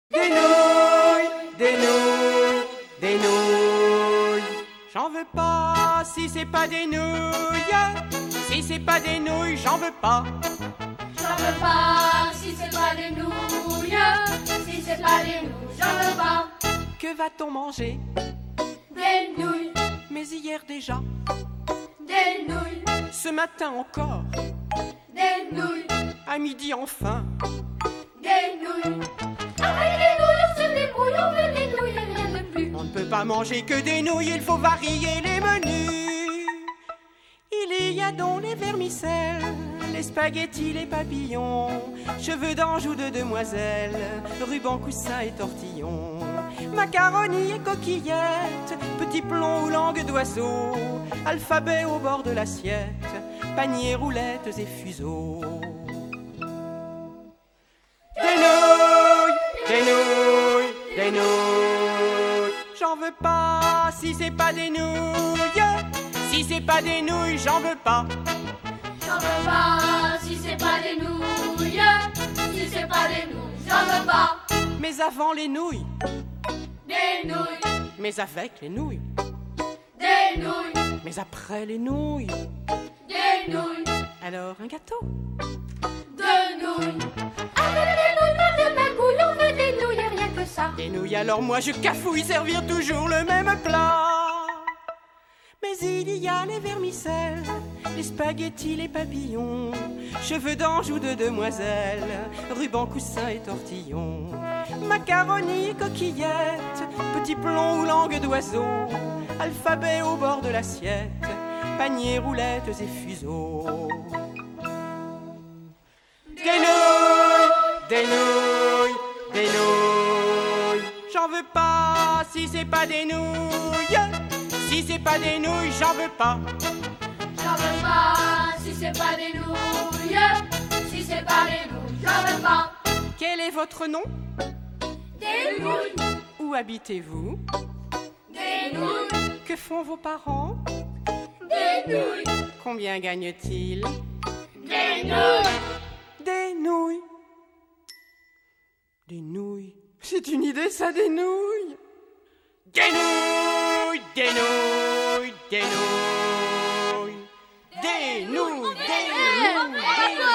Des nouilles, des nouilles, des nouilles. J'en veux pas si c'est pas des nouilles. Si c'est pas des nouilles, j'en veux pas. J'en veux pas si c'est pas des nouilles. Si c'est pas des nouilles, j'en veux pas. Que va-t-on manger? Des nouilles, Mais hier déjà, des nouilles, ce matin encore, des nouilles, à midi enfin. des nouilles. Avec des nouilles, on se débrouille, on veut des nouilles et rien de plus. On ne peut pas manger que des nouilles, il faut varier les menus. Il y a donc les vermicelles, les spaghettis, les papillons, cheveux d'ange ou de demoiselle, ruban, coussin et tortillon, macaroni et coquillettes, petits plombs ou langue d'oiseau, alphabet au bord de l'assiette, paniers, roulettes et fuseaux. Des nouilles, des nouilles, des nouilles. J'en veux pas si c'est pas des nouilles. Si c'est pas des nouilles, j'en veux pas. J'en veux pas si c'est pas des nouilles. Si c'est pas des nouilles, j'en veux pas. Mais avant les nouilles, Des nouilles, mais avec les nouilles, des nouilles, mais après les nouilles. des nouilles, Alors un gâteau. de nouilles. Avec des nouilles, pas de magouille, on veut des nouilles et rien que ça. Des nouilles, alors moi je cafouille servir toujours le même plat. Mais il y a les vermicelles, les spaghettis, les papillons, cheveux d'ange ou de demoiselle, ruban, coussin et tortillon, macaroni et coquillettes, petits plombs ou langue d'oiseau, alphabet au bord de l'assiette, paniers, roulettes et fuseaux. Des nouilles, des nouilles, des nouilles. J'en veux pas si c'est pas des nouilles. Si c'est pas des nouilles, j'en veux pas. J'en veux pas si c'est pas des nouilles. Si c'est pas des nouilles, j'en veux pas. Quel est votre nom? Des nouilles, Où habitez-vous? des nouilles, Que font vos parents? des nouilles, Combien gagnent-ils? des nouilles. Des nouilles. Des nouilles. C'est une idée ça, des nouilles. Des nouilles, des nouilles, des nouilles. Des nouilles, des nouilles, des nouilles.